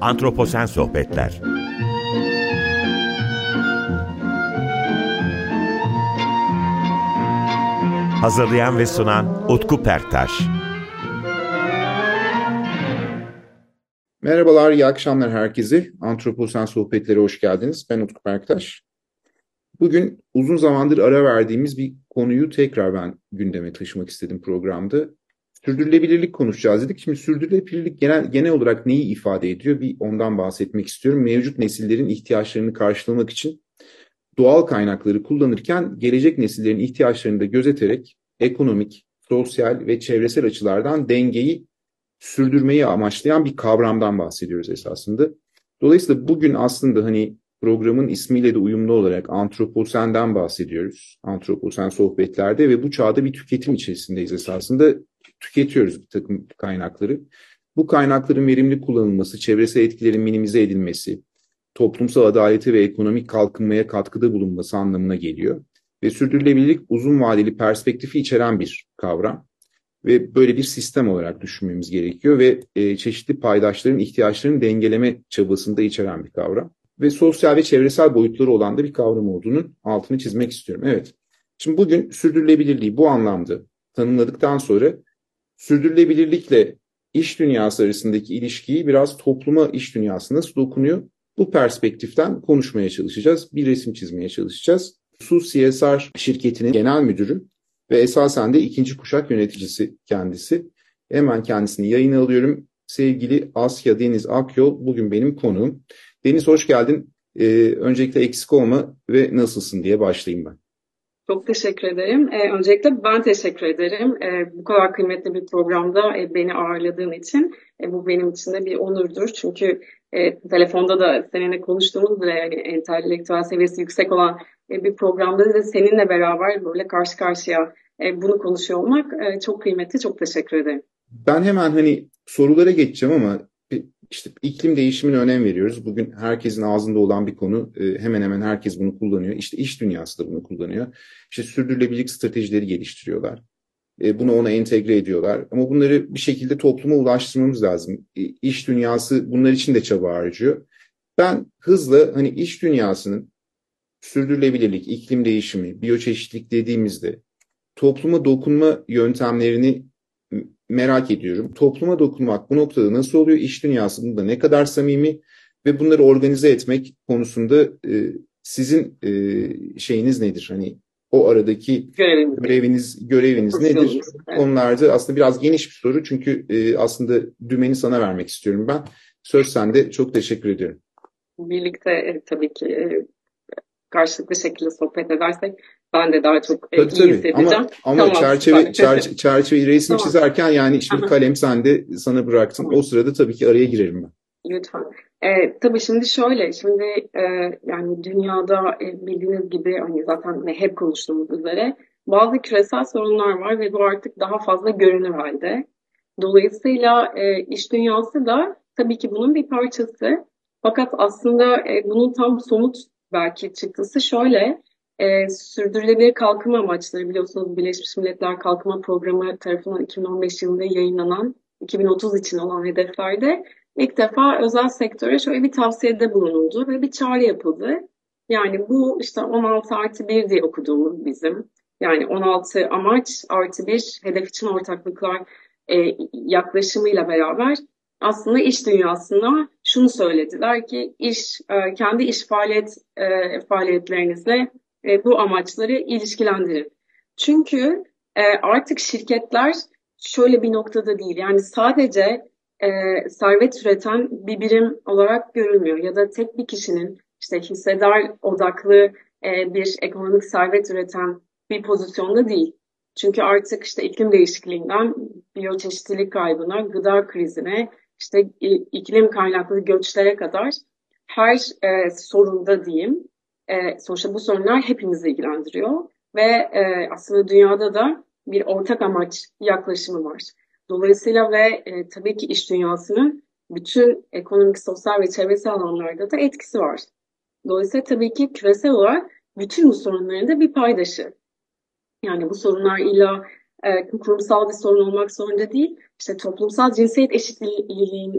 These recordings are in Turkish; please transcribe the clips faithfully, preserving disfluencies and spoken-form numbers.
Antroposen Sohbetler. Hazırlayan ve sunan Utku Perktaş. Merhabalar, iyi akşamlar herkese. Antroposen Sohbetlere hoş geldiniz. Ben Utku Perktaş. Bugün uzun zamandır ara verdiğimiz bir konuyu tekrar ben gündeme taşımak istedim programda. Sürdürülebilirlik konuşacağız dedik. Şimdi sürdürülebilirlik genel, genel olarak neyi ifade ediyor? Bir ondan bahsetmek istiyorum. Mevcut nesillerin ihtiyaçlarını karşılamak için doğal kaynakları kullanırken gelecek nesillerin ihtiyaçlarını da gözeterek ekonomik, sosyal ve çevresel açılardan dengeyi sürdürmeyi amaçlayan bir kavramdan bahsediyoruz esasında. Dolayısıyla bugün aslında hani programın ismiyle de uyumlu olarak antroposenden bahsediyoruz. Antroposen sohbetlerde ve bu çağda bir tüketim içerisindeyiz esasında. Tüketiyoruz bir takım kaynakları. Bu kaynakların verimli kullanılması, çevresel etkilerin minimize edilmesi, toplumsal adalete ve ekonomik kalkınmaya katkıda bulunması anlamına geliyor. Ve sürdürülebilirlik uzun vadeli perspektifi içeren bir kavram. Ve böyle bir sistem olarak düşünmemiz gerekiyor ve e, çeşitli paydaşların ihtiyaçlarını dengeleme çabasında içeren bir kavram. Ve sosyal ve çevresel boyutları olan da bir kavram olduğunun altını çizmek istiyorum. Evet, şimdi bugün sürdürülebilirliği bu anlamda tanımladıktan sonra sürdürülebilirlikle iş dünyası arasındaki ilişkiyi biraz topluma, iş dünyası nasıl dokunuyor? Bu perspektiften konuşmaya çalışacağız, bir resim çizmeye çalışacağız. Su C S R şirketinin genel müdürü ve esasen de ikinci kuşak yöneticisi kendisi. Hemen kendisini yayına alıyorum. Sevgili Asya Deniz Akyol bugün benim konuğum. Deniz hoş geldin. Ee, öncelikle eksik olma ve nasılsın diye başlayayım ben. Çok teşekkür ederim. Ee, öncelikle ben teşekkür ederim. Ee, bu kadar kıymetli bir programda e, beni ağırladığın için. E, bu benim için de bir onurdur. Çünkü e, telefonda da seninle konuştuğumuzda yani entelektüel seviyesi yüksek olan e, bir programda da seninle beraber böyle karşı karşıya e, bunu konuşuyor olmak e, çok kıymetli. Çok teşekkür ederim. Ben hemen hani sorulara geçeceğim ama işte iklim değişimine önem veriyoruz. Bugün herkesin ağzında olan bir konu. Hemen hemen herkes bunu kullanıyor. İşte iş dünyası da bunu kullanıyor. İşte sürdürülebilirlik stratejileri geliştiriyorlar. Bunu ona entegre ediyorlar. Ama bunları bir şekilde topluma ulaştırmamız lazım. İş dünyası bunlar için de çaba harcıyor. Ben hızla hani iş dünyasının sürdürülebilirlik, iklim değişimi, biyoçeşitlilik dediğimizde topluma dokunma yöntemlerini merak ediyorum. Topluma dokunmak bu noktada nasıl oluyor? İş dünyasında ne kadar samimi ve bunları organize etmek konusunda e, sizin e, şeyiniz nedir? Hani o aradaki Görevimiz, göreviniz göreviniz nedir? evet. Konularda aslında biraz geniş bir soru çünkü e, aslında dümeni sana vermek istiyorum ben. Söz sende. Çok teşekkür ediyorum. Birlikte e, tabii ki e, karşılıklı şekilde sohbet edersek ben de daha çok e, Tabii iyi tabii hissedeceğim. ama ama Tamam, çerçeve çerçeve, çerçeve resim Tamam. çizerken yani şimdi Aha. kalem sende sana bıraktım. Tamam. O sırada tabii ki araya girerim ben. Lütfen. E, tabii şimdi şöyle, şimdi e, yani dünyada e, bildiğiniz gibi hani zaten hep konuştuğumuz üzere bazı küresel sorunlar var ve bu artık daha fazla görünür halde. Dolayısıyla e, iş dünyası da tabii ki bunun bir parçası. Fakat aslında e, bunun tam somut belki çıktısı şöyle, e, sürdürülebilir kalkınma amaçları biliyorsunuz Birleşmiş Milletler Kalkınma Programı tarafından iki bin on beş yılında yayınlanan iki bin otuz için olan hedeflerde İlk defa özel sektöre şöyle bir tavsiyede bulunuldu ve bir çağrı yapıldı. Yani bu işte on altı artı bir diye okuduğumuz bizim. Yani on altı amaç artı bir hedef için ortaklıklar e, yaklaşımıyla beraber aslında iş dünyasına şunu söylediler ki iş e, kendi iş faaliyet e, faaliyetlerinizle e, bu amaçları ilişkilendirin. Çünkü e, artık şirketler şöyle bir noktada değil. Yani sadece e, servet üreten bir birim olarak görülmüyor ya da tek bir kişinin işte hissedar odaklı e, bir ekonomik servet üreten bir pozisyonda değil. Çünkü artık işte iklim değişikliğinden biyoçeşitlilik kaybına, gıda krizine, işte iklim kaynaklı göçlere kadar her e, sorunda diyeyim. E, sonuçta bu sorunlar hepimizi ilgilendiriyor ve e, aslında dünyada da bir ortak amaç yaklaşımı var. Dolayısıyla ve e, tabii ki iş dünyasının bütün ekonomik, sosyal ve çevresel alanlarda da etkisi var. Dolayısıyla tabii ki küresel olarak bütün bu sorunların da bir paydaşı. Yani bu sorunlar illa e, kurumsal bir sorun olmak zorunda değil. İşte toplumsal cinsiyet eşitliğinin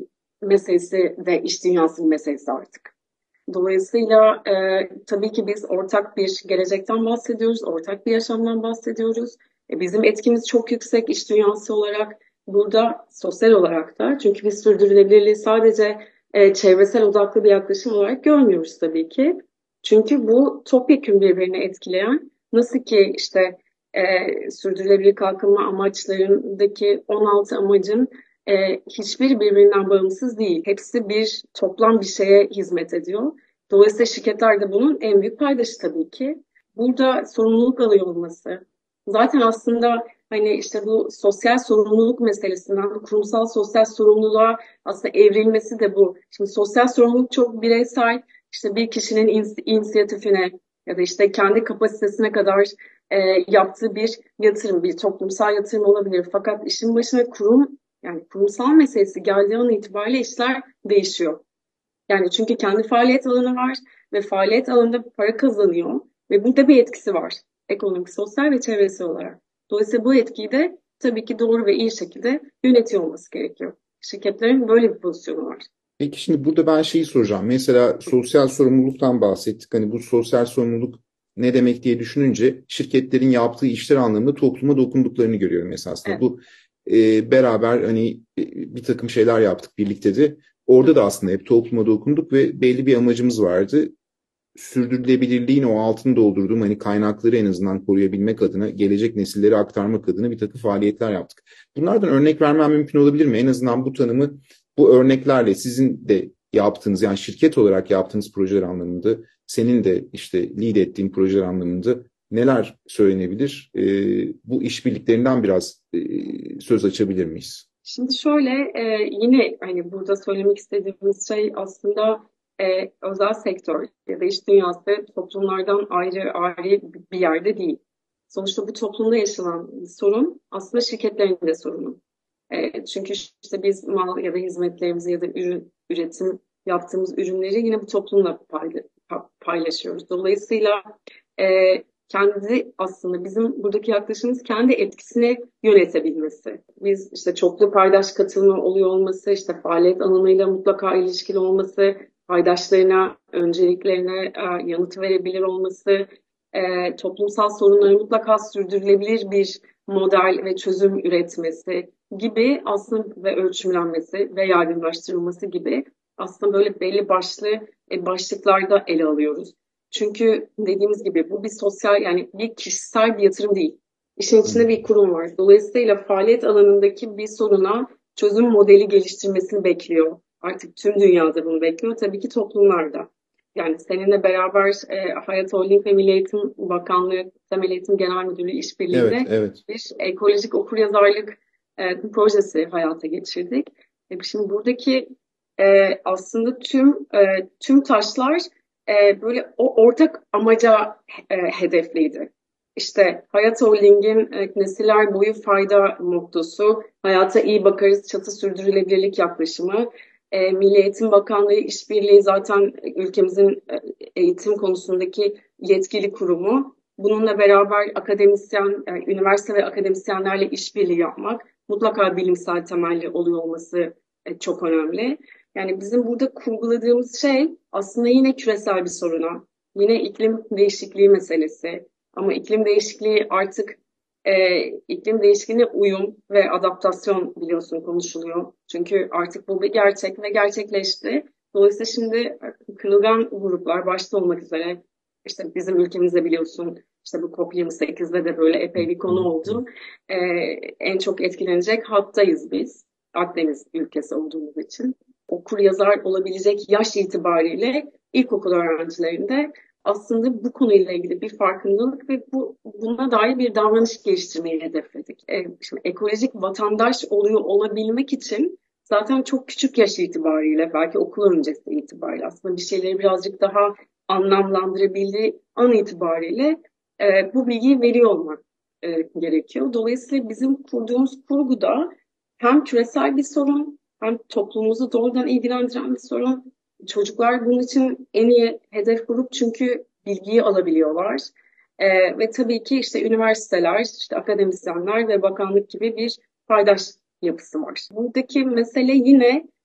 meselesi ve iş dünyası meselesi artık. Dolayısıyla e, tabii ki biz ortak bir gelecekten bahsediyoruz, ortak bir yaşamdan bahsediyoruz. E, bizim etkimiz çok yüksek iş dünyası olarak, burada sosyal olarak da. Çünkü biz sürdürülebilirliği sadece e, çevresel odaklı bir yaklaşım olarak görmüyoruz tabii ki. Çünkü bu topyekün birbirini etkileyen, nasıl ki işte e, sürdürülebilir kalkınma amaçlarındaki on altı amacın e, hiçbir birbirinden bağımsız değil. Hepsi bir toplam bir şeye hizmet ediyor. Dolayısıyla şirketler de bunun en büyük paydaşı tabii ki. Burada sorumluluk alıyor olması. Zaten aslında hani işte bu sosyal sorumluluk meselesinden kurumsal sosyal sorumluluğa aslında evrilmesi de bu. Şimdi sosyal sorumluluk çok bireysel, işte bir kişinin ins- inisiyatifine ya da işte kendi kapasitesine kadar e, yaptığı bir yatırım, bir toplumsal yatırım olabilir. Fakat işin başına kurum, yani kurumsal meselesi geldiği an itibariyle işler değişiyor. Yani çünkü kendi faaliyet alanı var ve faaliyet alanında para kazanıyor ve burada bir etkisi var. Ekonomik, sosyal ve çevresel olarak. Dolayısıyla bu etkiyi de tabii ki doğru ve iyi şekilde yönetiyor olması gerekiyor. Şirketlerin böyle bir pozisyonu var. Peki şimdi burada ben şeyi soracağım. Mesela sosyal sorumluluktan bahsettik. Hani bu sosyal sorumluluk ne demek diye düşününce şirketlerin yaptığı işler anlamında topluma dokunduklarını görüyorum esasında. Evet. Bu e, beraber hani e, bir takım şeyler yaptık birlikte de. Orada da aslında hep topluma dokunduk ve belli bir amacımız vardı. Sürdürülebilirliğin o altını doldurduğum hani kaynakları en azından koruyabilmek adına, gelecek nesillere aktarmak adına bir takım faaliyetler yaptık. Bunlardan örnek vermem mümkün olabilir mi? En azından bu tanımı bu örneklerle sizin de yaptığınız, yani şirket olarak yaptığınız projeler anlamında, senin de işte lead ettiğin projeler anlamında neler söylenebilir? E, bu işbirliklerinden biraz e, söz açabilir miyiz? Şimdi şöyle e, yine hani burada söylemek istediğimiz şey aslında e, özel sektör ya da iş dünyası toplumlardan ayrı ayrı bir yerde değil. Sonuçta bu toplumda yaşanan bir sorun aslında şirketlerin de sorunu. E, çünkü işte biz mal ya da hizmetlerimizi ya da ürün üretim yaptığımız ürünleri yine bu toplumla payla- pa- paylaşıyoruz. Dolayısıyla e, kendi aslında bizim buradaki yaklaşımımız kendi etkisini yönetebilmesi. Biz işte çoklu paydaş katılımı oluyor olması, işte faaliyet alanıyla mutlaka ilişkili olması, paydaşlarına, önceliklerine e, yanıt verebilir olması, e, toplumsal sorunları mutlaka sürdürülebilir bir model ve çözüm üretmesi gibi aslında ve ölçümlenmesi ve yaygınlaştırılması gibi aslında böyle belli başlı e, başlıklarda ele alıyoruz. Çünkü dediğimiz gibi bu bir sosyal, yani bir kişisel bir yatırım değil. İşin içinde bir kurum var. Dolayısıyla faaliyet alanındaki bir soruna çözüm modeli geliştirmesini bekliyor. Artık tüm dünyada bunu bekliyor. Tabii ki toplumlarda. Yani seninle beraber e, Hayat Holding ve Milli Eğitim Bakanlığı Temel Eğitim Genel Müdürlüğü Evet, işbirliğinde evet. bir ekolojik okuryazarlık e, projesi hayata geçirdik. E, şimdi buradaki e, aslında tüm e, tüm taşlar e, böyle o ortak amaca e, hedefliydi. İşte Hayat Holding'in e, nesiller boyu fayda mottosu, hayata iyi bakarız, çatı sürdürülebilirlik yaklaşımı, e, Milli Eğitim Bakanlığı işbirliği zaten ülkemizin e, eğitim konusundaki yetkili kurumu. Bununla beraber akademisyen, yani üniversite ve akademisyenlerle işbirliği yapmak, mutlaka bilimsel temelli oluyor olması e, çok önemli. Yani bizim burada kurguladığımız şey aslında yine küresel bir soruna, yine iklim değişikliği meselesi. Ama iklim değişikliği artık e, iklim değişikliğine uyum ve adaptasyon biliyorsun konuşuluyor. Çünkü artık bu bir gerçek ve gerçekleşti. Dolayısıyla şimdi kırılgan gruplar başta olmak üzere işte bizim ülkemizde biliyorsun işte bu COP yirmi sekizde de böyle epey bir konu oldu. E, En çok etkilenecek hattayız biz. Akdeniz ülkesi olduğumuz için. Okur yazar olabilecek yaş itibariyle ilkokul öğrencilerinde aslında bu konuyla ilgili bir farkındalık ve bu buna dair bir davranış geliştirmeyi hedefledik. E, şimdi ekolojik vatandaş oluyor olabilmek için zaten çok küçük yaş itibariyle, belki okul öncesi itibariyle aslında bir şeyleri birazcık daha anlamlandırabildiği an itibariyle e, bu bilgiyi veriyor olmak e, gerekiyor. Dolayısıyla bizim kurduğumuz kurguda hem küresel bir sorun hem toplumumuzu doğrudan ilgilendiren bir sorun. Çocuklar bunun için en iyi hedef grup çünkü bilgiyi alabiliyorlar. Ee, ve tabii ki işte üniversiteler, işte akademisyenler ve bakanlık gibi bir paydaş yapısı var. Buradaki mesele yine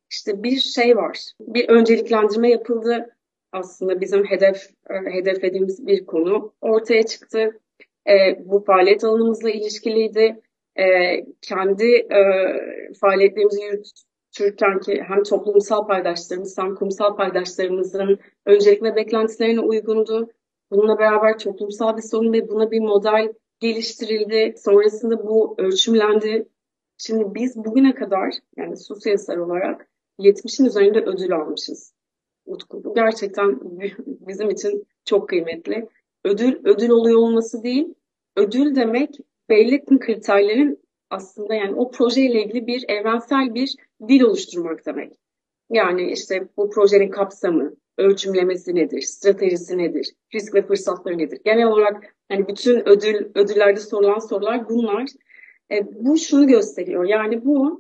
işte bir şey var. Bir önceliklendirme yapıldı. Aslında bizim hedef e, hedeflediğimiz bir konu ortaya çıktı. E, bu faaliyet alanımızla ilişkiliydi. E, kendi e, faaliyetlerimizi yürütürken ki hem toplumsal paydaşlarımız hem kurumsal paydaşlarımızın öncelik ve beklentilerine uygundu. Bununla beraber toplumsal bir sorun ve buna bir model geliştirildi. Sonrasında bu ölçümlendi. Şimdi biz bugüne kadar yani SUSYASAR olarak yetmişin üzerinde ödül almışız. Utku. Bu gerçekten bizim için çok kıymetli. Ödül ödül oluyor olması değil, ödül demek belli kriterlerin aslında yani o projeyle ilgili bir evrensel bir dil oluşturmak demek. Yani işte bu projenin kapsamı, ölçümlemesi nedir, stratejisi nedir, risk ve fırsatları nedir? Genel olarak hani bütün ödül ödüllerde sorulan sorular bunlar. E, bu şunu gösteriyor. Yani bu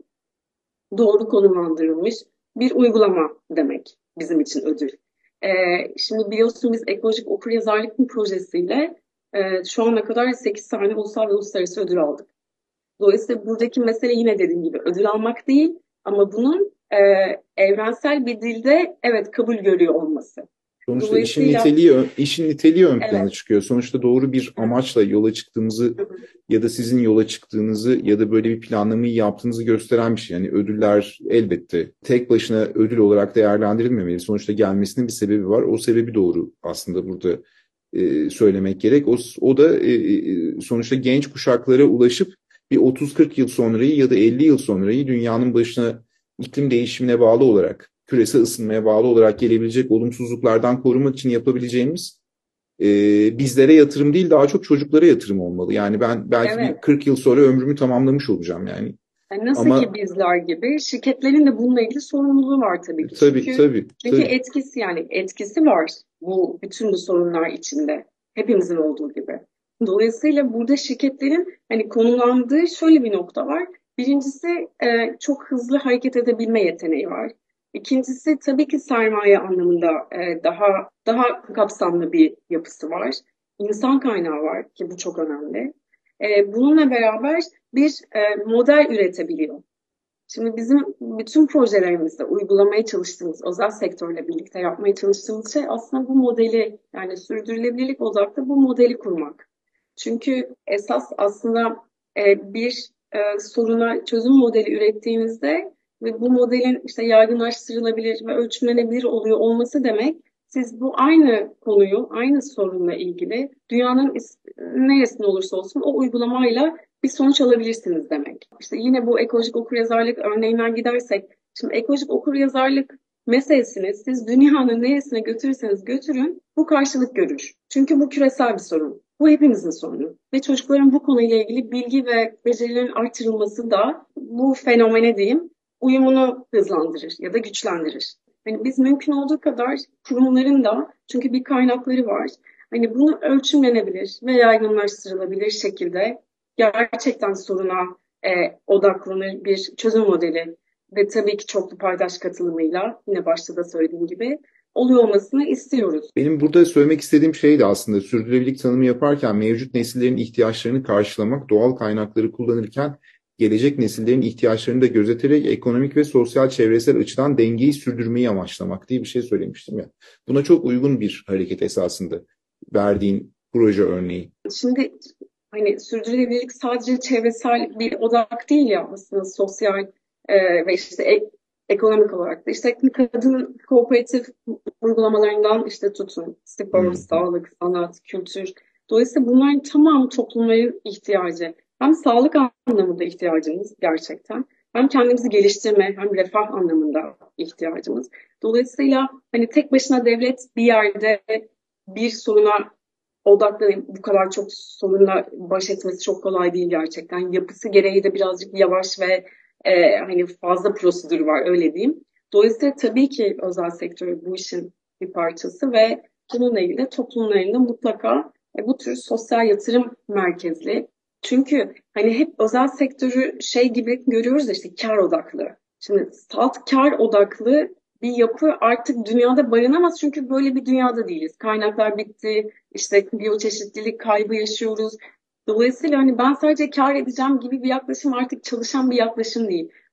doğru konumlandırılmış bir uygulama demek bizim için ödül. E, şimdi biliyorsun biz ekolojik okuryazarlık projesiyle e, şu ana kadar sekiz tane ulusal ve uluslararası ödül aldık. Dolayısıyla buradaki mesele yine dediğim gibi ödül almak değil ama bunun e, evrensel bir dilde evet kabul görüyor olması. Sonuçta işin Dolayısıyla niteliği ö- işin niteliği ön plana evet. çıkıyor. Sonuçta doğru bir amaçla yola çıktığımızı ya da sizin yola çıktığınızı ya da böyle bir planlamayı yaptığınızı gösteren bir şey. Yani ödüller elbette tek başına ödül olarak değerlendirilmemeli. Sonuçta gelmesinin bir sebebi var. O sebebi doğru aslında burada e, söylemek gerek. O, o da e, e, sonuçta genç kuşaklara ulaşıp bir otuz kırk yıl sonrayı ya da elli yıl sonrayı dünyanın başına iklim değişimine bağlı olarak, küresel ısınmaya bağlı olarak gelebilecek olumsuzluklardan korumak için yapabileceğimiz e, bizlere yatırım değil daha çok çocuklara yatırım olmalı. Yani ben belki bir Evet. kırk yıl sonra ömrümü tamamlamış olacağım yani. Yani nasıl ki Ama bizler gibi şirketlerin de bununla ilgili sorumluluğu var tabii ki. tabii Çünkü tabii çünkü tabii. etkisi yani etkisi var bu bütün bu sorunlar içinde. Hepimizin olduğu gibi. Dolayısıyla burada şirketlerin hani konumlandığı şöyle bir nokta var. Birincisi e, çok hızlı hareket edebilme yeteneği var. İkincisi tabii ki sermaye anlamında e, daha daha kapsamlı bir yapısı var. İnsan kaynağı var ki bu çok önemli. E, bununla beraber bir e, model üretebiliyor. Şimdi bizim bütün projelerimizde uygulamaya çalıştığımız, özel sektörle birlikte yapmaya çalıştığımız şey aslında bu modeli, yani sürdürülebilirlik odaklı bu modeli kurmak. Çünkü esas aslında e, bir e, soruna çözüm modeli ürettiğinizde ve bu modelin işte yaygınlaştırılabilir ve ölçümlenebilir oluyor olması demek, siz bu aynı konuyu, aynı sorunla ilgili dünyanın neresinde olursa olsun o uygulamayla bir sonuç alabilirsiniz demek. İşte yine bu ekolojik okuryazarlık örneğinden gidersek, şimdi ekolojik okuryazarlık meselesini siz dünyanın neresine götürürseniz götürün bu karşılık görür. Çünkü bu küresel bir sorun. Bu hepimizin sorunu. Ve çocukların bu konuyla ilgili bilgi ve becerilerin artırılması da bu fenomene diyeyim uyumunu hızlandırır ya da güçlendirir. Yani biz mümkün olduğu kadar kurumların da çünkü bir kaynakları var. Hani bunu ölçümlenebilir ve yaygınlaştırılabilir şekilde gerçekten soruna e, odaklanır bir çözüm modeli ve tabii ki çoklu paydaş katılımıyla yine başta da söylediğim gibi oluyor olmasını istiyoruz. Benim burada söylemek istediğim şey de aslında sürdürülebilirlik tanımı yaparken mevcut nesillerin ihtiyaçlarını karşılamak, doğal kaynakları kullanırken gelecek nesillerin ihtiyaçlarını da gözeterek ekonomik ve sosyal çevresel açıdan dengeyi sürdürmeyi amaçlamak diye bir şey söylemiştim ya. Buna çok uygun bir hareket esasında verdiğin proje örneği. Şimdi hani sürdürülebilirlik sadece çevresel bir odak değil ya aslında sosyal e, ve işte ek, ekonomik olarak da işte kadın kooperatif uygulamalarından işte tutun spor, Hmm. sağlık, sanat, kültür. Dolayısıyla bunların tamamı toplumların ihtiyacı. Hem sağlık anlamında ihtiyacımız gerçekten hem kendimizi geliştirme hem refah anlamında ihtiyacımız. Dolayısıyla hani tek başına devlet bir yerde bir soruna odaklanayım. Bu kadar çok sorunla baş etmesi çok kolay değil gerçekten. Yapısı gereği de birazcık yavaş ve e, hani fazla prosedür var öyle diyeyim. Dolayısıyla tabii ki özel sektör bu işin bir parçası ve bununla ilgili toplumlarında mutlaka e, bu tür sosyal yatırım merkezli. Çünkü hani hep özel sektörü şey gibi görüyoruz da işte kar odaklı. Şimdi salt kar odaklı bir yapı artık dünyada barınamaz çünkü böyle bir dünyada değiliz. Kaynaklar bitti, işte biyoçeşitlilik kaybı yaşıyoruz. Dolayısıyla hani ben sadece kar edeceğim gibi bir yaklaşım artık çalışan bir yaklaşım değil.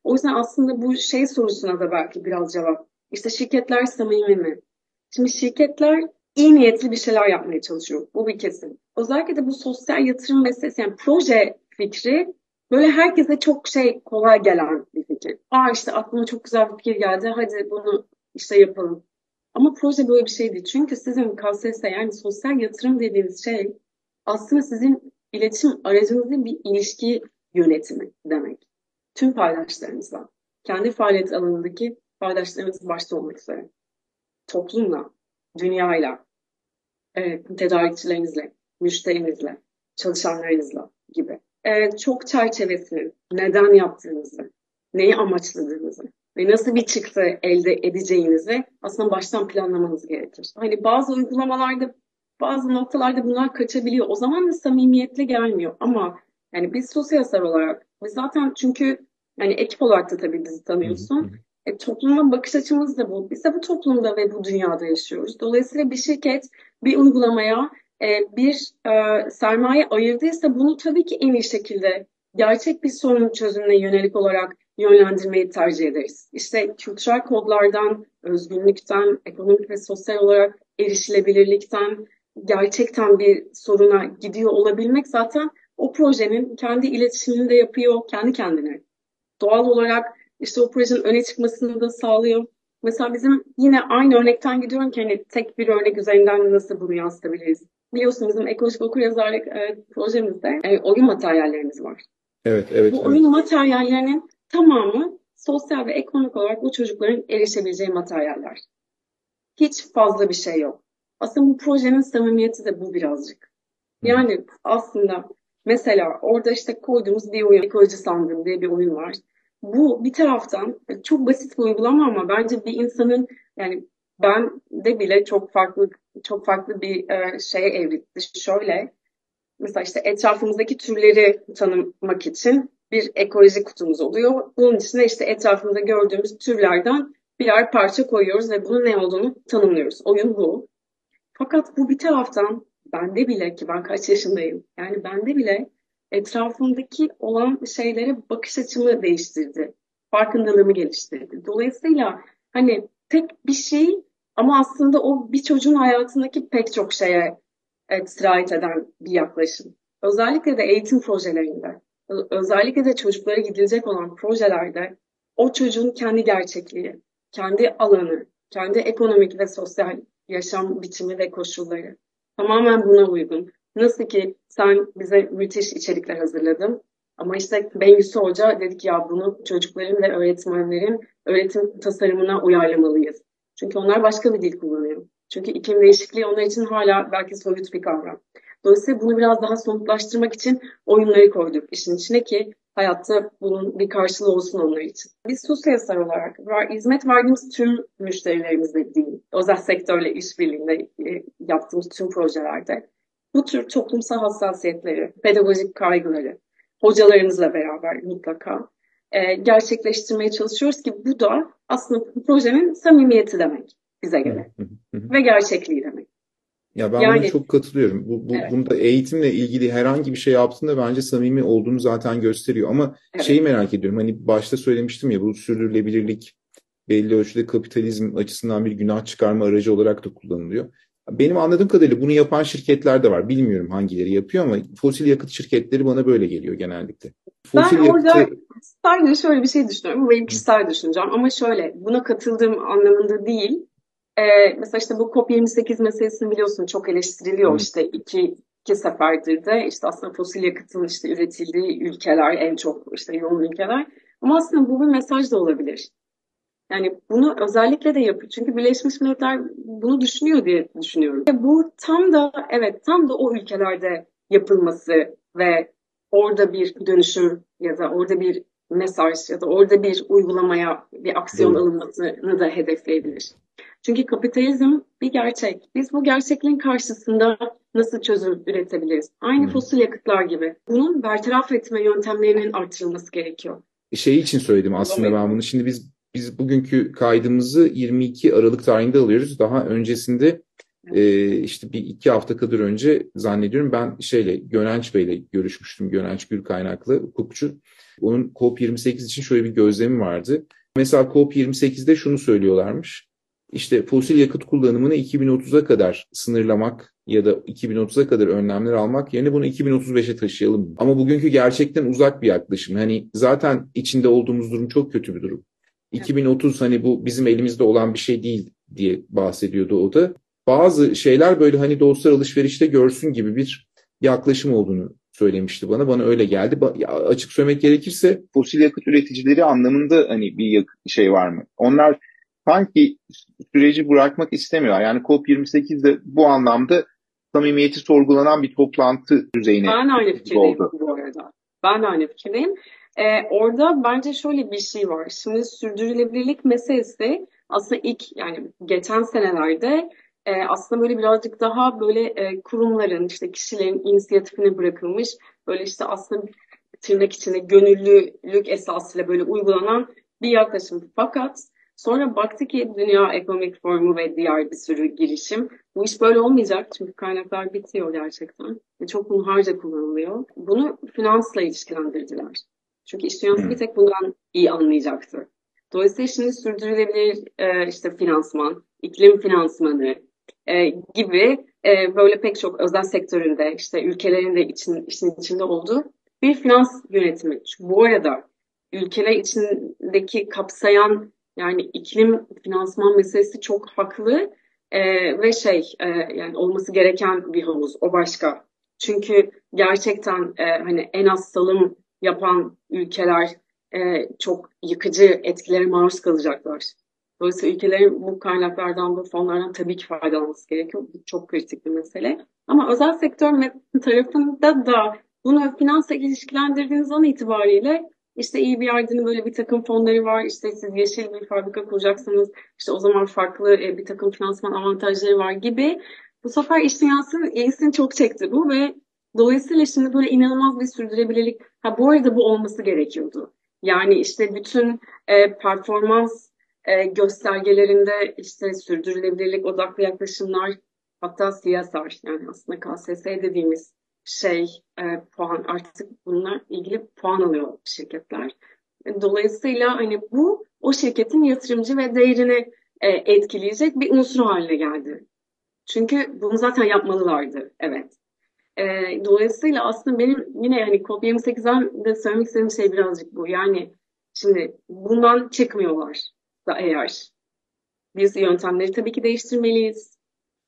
O yüzden aslında bu şey sorusuna da belki biraz cevap. İşte şirketler samimi mi? Şimdi şirketler iyi niyetli bir şeyler yapmaya çalışıyor. Bu bir kesin. Özellikle de bu sosyal yatırım meselesi, yani proje fikri böyle herkese çok şey kolay gelen bir fikir. Aa işte aklıma çok güzel bir fikir geldi. Hadi bunu işte yapalım. Ama proje böyle bir şey değil. Çünkü sizin K S S, yani sosyal yatırım dediğiniz şey aslında sizin iletişim aracınızın bir ilişki yönetimi demek. Tüm paydaşlarınızla, kendi faaliyet alanındaki paydaşlarınız başta olmak üzere, toplumla, dünyayla, e, tedarikçilerinizle, müşterinizle, çalışanlarınızla gibi. E, çok çerçevesini, neden yaptığınızı, neyi amaçladığınızı ve nasıl bir çıktı elde edeceğinizi aslında baştan planlamanız gerekir. Hani bazı uygulamalarda, bazı noktalarda bunlar kaçabiliyor. O zaman da samimiyetle gelmiyor. Ama yani biz sosyal olarak, biz zaten çünkü yani ekip olarak da tabii bizi tanıyorsun. E, topluma bakış açımız da bu. Biz de bu toplumda ve bu dünyada yaşıyoruz. Dolayısıyla bir şirket bir uygulamaya e, bir e, sermaye ayırdıysa bunu tabii ki en iyi şekilde gerçek bir sorun çözümüne yönelik olarak yönlendirmeyi tercih ederiz. İşte kültürel kodlardan, özgünlükten, ekonomik ve sosyal olarak erişilebilirlikten gerçekten bir soruna gidiyor olabilmek zaten o projenin kendi iletişimini de yapıyor kendi kendine. Doğal olarak işte o projenin öne çıkmasını da sağlıyor. Mesela bizim yine aynı örnekten gidiyorum ki hani tek bir örnek üzerinden nasıl bunu yansıtabiliriz? Biliyorsunuz bizim ekolojik okuryazarlık e, projemizde e, oyun materyallerimiz var. Evet, evet, Bu evet. oyun materyallerinin tamamı sosyal ve ekonomik olarak bu çocukların erişebileceği materyaller. Hiç fazla bir şey yok. Aslında bu projenin samimiyeti de bu birazcık. Yani aslında mesela orada işte koyduğumuz bir oyun, ekoloji sandığım diye bir oyun var. Bu bir taraftan çok basit bir uygulama ama bence bir insanın, yani ben de bile çok farklı çok farklı bir e, şeye evrildi. Şöyle, mesela işte etrafımızdaki türleri tanımak için bir ekoloji kutumuz oluyor. Bunun içine işte etrafımızda gördüğümüz türlerden birer parça koyuyoruz ve bunun ne olduğunu tanımlıyoruz. Oyun bu. Fakat bu bir taraftan bende bile, ki ben kaç yaşındayım, yani bende bile etrafımdaki olan şeylere bakış açımı değiştirdi. Farkındalığımı geliştirdi. Dolayısıyla hani tek bir şey ama aslında o bir çocuğun hayatındaki pek çok şeye e, sirayet eden bir yaklaşım. Özellikle de eğitim projelerinde, özellikle de çocuklara gidilecek olan projelerde o çocuğun kendi gerçekliği, kendi alanı, kendi ekonomik ve sosyal yaşam biçimi ve koşulları tamamen buna uygun. Nasıl ki sen bize müthiş içerikler hazırladın ama işte Bengüsü Hoca dedi ki ya bunu çocukların ve öğretmenlerin öğretim tasarımına uyarlamalıyız. Çünkü onlar başka bir dil kullanıyor. Çünkü iklim değişikliği onlar için hala belki soyut bir kavram. Dolayısıyla bunu biraz daha somutlaştırmak için oyunları koyduk işin içine ki hayatta bunun bir karşılığı olsun onlar için. Biz sosyal olarak var, hizmet verdiğimiz tüm müşterilerimizle değil, özel sektörle işbirliğinde e, yaptığımız tüm projelerde bu tür toplumsal hassasiyetleri, pedagojik kaygıları hocalarımızla beraber mutlaka e, gerçekleştirmeye çalışıyoruz ki bu da aslında bu projenin samimiyeti demek bize göre ve gerçekliği demek. Ya ben Yani, buna çok katılıyorum. Bu, bu evet. Bunda eğitimle ilgili herhangi bir şey yaptığında bence samimi olduğunu zaten gösteriyor. Ama Evet. şeyi merak ediyorum. Hani başta söylemiştim ya, bu sürdürülebilirlik belli ölçüde kapitalizm açısından bir günah çıkarma aracı olarak da kullanılıyor. Benim anladığım kadarıyla bunu yapan şirketler de var. Bilmiyorum hangileri yapıyor ama fosil yakıt şirketleri bana böyle geliyor genellikle. Fosil Ben orada yakıtı... sadece şöyle bir şey düşünüyorum. Bu benim kişisel düşüncem ama şöyle, buna katıldığım anlamında değil. Ee, mesela işte bu COP yirmi sekiz meselesini biliyorsun, çok eleştiriliyor. Evet. İşte iki, iki seferdir de işte aslında fosil yakıtın işte üretildiği ülkeler en çok işte yoğun ülkeler. Ama aslında bu bir mesaj da olabilir. Yani bunu özellikle de yapıyor. Çünkü Birleşmiş Milletler bunu düşünüyor diye düşünüyorum. Ve bu tam da evet tam da o ülkelerde yapılması ve orada bir dönüşüm ya da orada bir mesaj ya da orada bir uygulamaya, bir aksiyon Doğru. alınmasını da hedefleyebilir. Çünkü kapitalizm bir gerçek. Biz bu gerçekliğin karşısında nasıl çözüm üretebiliriz? Aynı Hı. fosil yakıtlar gibi. Bunun bertaraf etme yöntemlerinin artırılması gerekiyor. Şey için söyledim aslında ben bunu. Şimdi biz biz bugünkü kaydımızı yirmi iki Aralık tarihinde alıyoruz. Daha öncesinde e, işte bir iki hafta kadar önce zannediyorum ben şeyle Gönenç Bey'le görüşmüştüm. Gönenç Gül kaynaklı hukukçu. Onun COP yirmi sekiz için şöyle bir gözlemi vardı. Mesela COP yirmi sekizde şunu söylüyorlarmış. İşte fosil yakıt kullanımını iki bin otuza kadar sınırlamak ya da iki bin otuza kadar önlemler almak yerine bunu iki bin otuz beşe taşıyalım. Ama bugünkü gerçekten uzak bir yaklaşım. Hani zaten içinde olduğumuz durum çok kötü bir durum. iki bin otuz hani bu bizim elimizde olan bir şey değil diye bahsediyordu o da. Bazı şeyler böyle hani dostlar alışverişte görsün gibi bir yaklaşım olduğunu söylemişti bana. Bana öyle geldi. Ba- ya açık söylemek gerekirse fosil yakıt üreticileri anlamında hani bir yak- şey var mı? Onlar sanki süreci bırakmak istemiyorlar. Yani COP yirmi sekizde bu anlamda samimiyeti sorgulanan bir toplantı düzeyine Ben aynı fikirdeyim oldu. bu arada. Ben de aynı fikirdeyim. Ee, orada bence şöyle bir şey var. Şimdi sürdürülebilirlik meselesi aslında ilk yani geçen senelerde e, aslında böyle birazcık daha böyle e, kurumların işte kişilerin inisiyatifine bırakılmış böyle işte aslında tırnak içinde gönüllülük esasıyla böyle uygulanan bir yaklaşım. Fakat sonra baktı ki Dünya Ekonomik Forumu ve diğer bir sürü girişim bu iş böyle olmayacak çünkü kaynaklar bitiyor gerçekten. Ve çok hunharca kullanılıyor. Bunu finansla ilişkilendirdiler. Çünkü iş dünyası bir Hmm. tek bundan iyi anlayacaktı. Dolayısıyla şimdi sürdürülebilir e, işte finansman, iklim finansmanı e, gibi e, böyle pek çok özel sektöründe işte ülkelerin de için, işin içinde olduğu bir finans yönetimi. Çünkü bu arada ülkeler içindeki kapsayan yani iklim finansman meselesi çok haklı. Ee, ve şey e, yani olması gereken bir havuz o başka. Çünkü gerçekten e, hani en az salım yapan ülkeler e, çok yıkıcı etkilere maruz kalacaklar. Dolayısıyla ülkelerin bu kaynaklardan, bu fonlardan tabii ki faydalanması gerekiyor. Bu çok kritik bir mesele. Ama özel sektör tarafında da bunu finansla ilişkilendirdiğiniz an itibariyle işte iyi bir yerden böyle bir takım fonları var. İşte siz yeşil bir fabrika kuracaksanız işte o zaman farklı e, bir takım finansman avantajları var gibi. Bu sefer iş dünyasının ilgisini çok çekti bu ve dolayısıyla şimdi böyle inanılmaz bir sürdürülebilirlik. Ha bu arada bu olması gerekiyordu. Yani işte bütün e, performans e, göstergelerinde işte sürdürülebilirlik odaklı yaklaşımlar hatta C S R yani aslında K S S dediğimiz şey e, puan artık bununla ilgili puan alıyor şirketler. Dolayısıyla hani bu o şirketin yatırımcı ve değerini e, etkileyecek bir unsur haline geldi. Çünkü bunu zaten yapmalılardı. Evet. E, dolayısıyla aslında benim yine hani COP yirmi sekizden de söylemek istediğim şey birazcık bu. Yani şimdi bundan çıkmıyorlar da eğer biz yöntemleri tabii ki değiştirmeliyiz.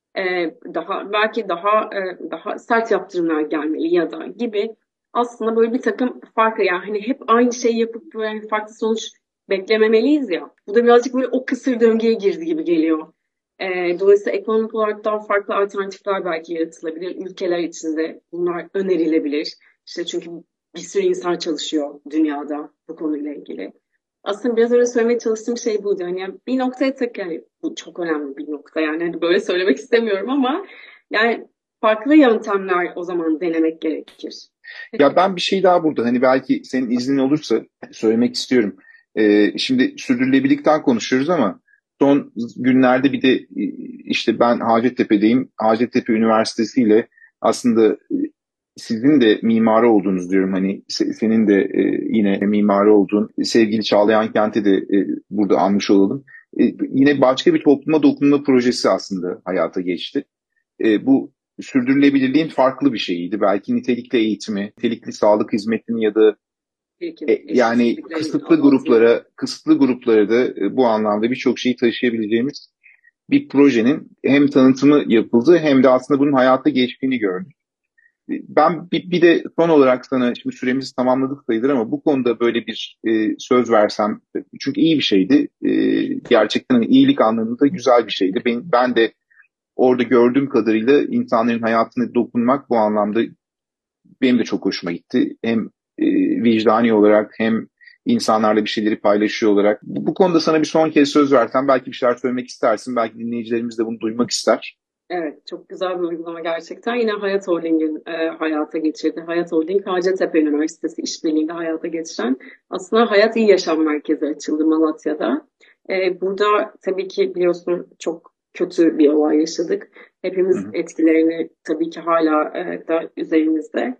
E, daha belki daha e, daha sert yaptırımlar gelmeli ya da gibi aslında böyle bir takım farklı yani hani hep aynı şeyi yapıp böyle farklı sonuç beklememeliyiz ya. Bu da birazcık böyle o kısır döngüye girdi gibi geliyor. E, dolayısıyla ekonomik olarak daha farklı alternatifler belki yaratılabilir. Ülkeler içinde bunlar önerilebilir. İşte çünkü bir sürü insan çalışıyor dünyada bu konuyla ilgili. Aslında biraz önce söylemeye çalıştığım şey buydu. Yani bir noktaya tak yani bu çok önemli bir nokta. Yani hani böyle söylemek istemiyorum ama yani farklı yöntemler o zaman denemek gerekir. Ya ben bir şey daha burada hani belki senin iznin olursa söylemek istiyorum. Ee, şimdi sürdürülebilirlikten konuşuyoruz ama son günlerde bir de e, işte ben Hacettepe'deyim. Hacettepe Üniversitesi ile aslında e, sizin de mimarı olduğunuz diyorum hani se- senin de e, yine mimarı olduğun sevgili Çağlayan Kent'e de e, burada anmış olalım. E, yine başka bir topluma dokunma projesi aslında hayata geçti. E, bu sürdürülebilirliğin farklı bir şeyiydi. Belki nitelikli eğitimi, nitelikli sağlık hizmetini ya da Peki, e, yani eşitsizliklerin kısıtlı azaltılması. gruplara, kısıtlı gruplara da e, bu anlamda birçok şeyi taşıyabileceğimiz bir projenin hem tanıtımı yapıldı hem de aslında bunun hayata geçtiğini gördük. E, Ben bir, bir de son olarak sana şimdi süremizi tamamladık sayılır ama bu konuda böyle bir e, söz versem çünkü iyi bir şeydi. E, gerçekten hani iyilik anlamında güzel bir şeydi. Ben, ben de orada gördüğüm kadarıyla insanların hayatına dokunmak bu anlamda benim de çok hoşuma gitti. Hem e, vicdani olarak hem insanlarla bir şeyleri paylaşıyor olarak. Bu, bu konuda sana bir son kez söz versem belki bir şeyler söylemek istersin. Belki dinleyicilerimiz de bunu duymak ister. Evet, çok güzel bir uygulama gerçekten. Yine Hayat Holding'in e, hayata geçirdi. Hayat Holding, Hacettepe Üniversitesi işbirliğiyle hayata geçiren aslında Hayat İyi Yaşam Merkezi açıldı Malatya'da. E, burada tabii ki biliyorsun çok kötü bir olay yaşadık. Hı Hepimiz hı. etkilerini tabii ki hala e, da üzerimizde.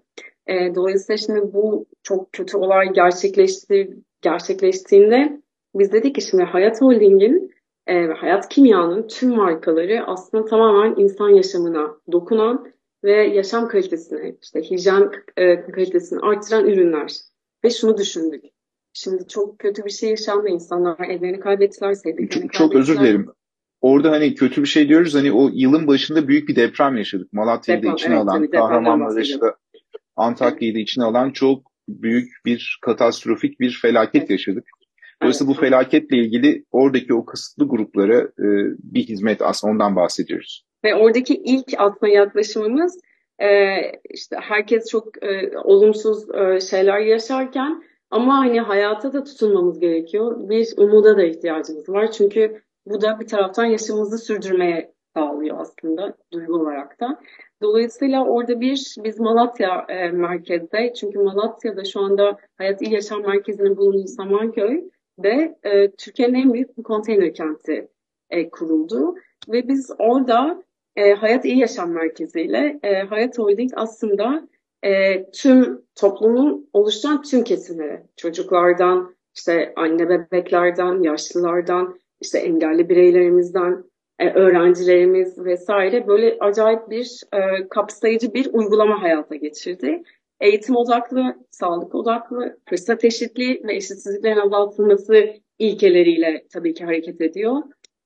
E, dolayısıyla şimdi bu çok kötü olay gerçekleşti, gerçekleştiğinde biz dedik ki şimdi Hayat Holding'in e, Hayat Kimya'nın tüm markaları aslında tamamen insan yaşamına dokunan ve yaşam kalitesini, işte hijyen e, kalitesini artıran ürünler. Ve şunu düşündük. Şimdi çok kötü bir şey yaşandı. İnsanlar evlerini kaybettiler, sevdiklerini Çok, çok özür kaybettiler. dilerim. Orada hani kötü bir şey diyoruz. Hani o yılın başında büyük bir deprem yaşadık. Malatya'yı da Deprem, içine evet alan, tabii depremden Kahramanmaraş'ı bahsediyorum. da Antakya'yı da içine alan çok büyük bir katastrofik bir felaket Evet, yaşadık. evet. Dolayısıyla bu felaketle ilgili oradaki o kısıtlı gruplara e, bir hizmet, aslında ondan bahsediyoruz. Ve oradaki ilk aslında yaklaşımımız e, işte herkes çok e, olumsuz e, şeyler yaşarken ama hani hayata da tutunmamız gerekiyor. Bir umuda da ihtiyacımız var. Çünkü bu da bir taraftan yaşamımızı sürdürmeye sağlıyor aslında duygu olarak da. Dolayısıyla orada bir biz Malatya e, merkezde, çünkü Malatya'da şu anda Hayat İyi Yaşam Merkezi'nin bulunduğu Samanköy'de e, Türkiye'nin en büyük konteyner kenti e, kuruldu. Ve biz orada e, Hayat İyi Yaşam Merkezi ile e, Hayat Holding aslında e, tüm toplumun oluşturan tüm kesimleri, çocuklardan, işte anne bebeklerden, yaşlılardan, işte engelli bireylerimizden, e, öğrencilerimiz vesaire böyle acayip bir e, kapsayıcı bir uygulama hayata geçirdi. Eğitim odaklı, sağlık odaklı, fırsat eşitliği ve eşitsizliklerin azaltılması ilkeleriyle tabii ki hareket ediyor.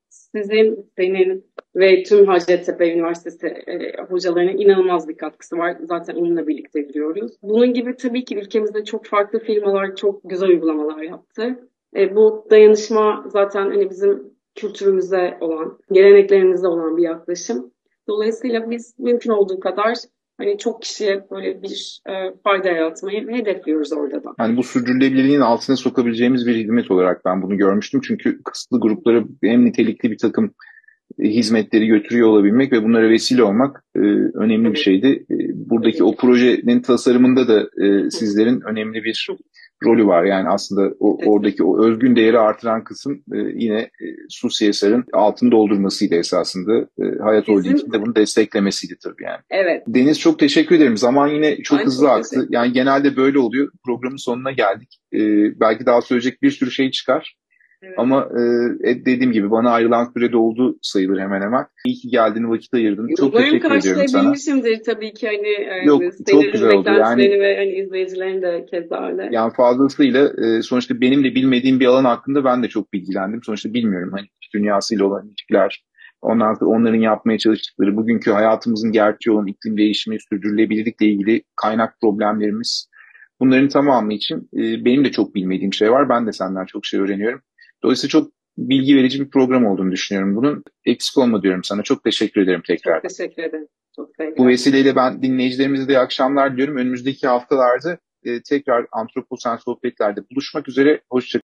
Sizin, senin ve tüm Hacettepe Üniversitesi e, hocalarına inanılmaz bir katkısı var. Zaten onunla birlikte yürüyoruz. Bunun gibi tabii ki ülkemizde çok farklı firmalar çok güzel uygulamalar yaptı. E, bu dayanışma zaten hani bizim kültürümüze olan, geleneklerimize olan bir yaklaşım. Dolayısıyla biz mümkün olduğu kadar hani çok kişiye böyle bir e, fayda yaratmayı hedefliyoruz orada da. Yani bu sürdürülebilirliğin altına sokabileceğimiz bir hizmet olarak ben bunu görmüştüm. Çünkü kısıtlı gruplara hem nitelikli bir takım e, hizmetleri götürüyor olabilmek ve bunlara vesile olmak e, önemli bir Tabii, şeydi. E, buradaki tabii o ki. projenin tasarımında da e, Hı, sizlerin önemli bir rolü var. Yani aslında o, kesinlikle. oradaki o özgün değeri artıran kısım e, yine e, Su C S R'ın altını doldurmasıydı esasında. E, Hayat Bizim, Holding'in de bunu desteklemesiydi tabii yani. evet, Deniz, çok teşekkür ederim. Zaman yine çok ben hızlı çok aktı. teşekkür Yani ederim. genelde böyle oluyor. Programın sonuna geldik. E, belki daha söyleyecek bir sürü şey çıkar. Evet. Ama e, dediğim gibi bana ayrılan süre doldu sayılır hemen hemen. İyi ki geldiğini, vakit ayırdın. Çok Umarım teşekkür ediyorum sana. karşılayabilmişimdir tabii ki hani Yok, e, çok güzel senin oldu. Yani beklentilerini ve hani izleyicilerin de keza öyle. yani fazlasıyla e, sonuçta benim de bilmediğim bir alan hakkında ben de çok bilgilendim. Sonuçta bilmiyorum hani iş dünyasıyla olan ilişkiler, ondan sonra onların yapmaya çalıştıkları, bugünkü hayatımızın gerçeği olan iklim değişimi, sürdürülebilirlikle ilgili kaynak problemlerimiz. Bunların tamamı için e, benim de çok bilmediğim şey var. Ben de senden çok şey öğreniyorum. Dolayısıyla çok bilgi verici bir program olduğunu düşünüyorum bunun. Eksik olma diyorum sana. Çok teşekkür ederim Çok tekrar. teşekkür ederim. Çok Bu sevgiler. vesileyle ben dinleyicilerimize de iyi akşamlar diliyorum. Önümüzdeki haftalarda e, tekrar Antroposen Sohbetler'de buluşmak üzere. Hoşça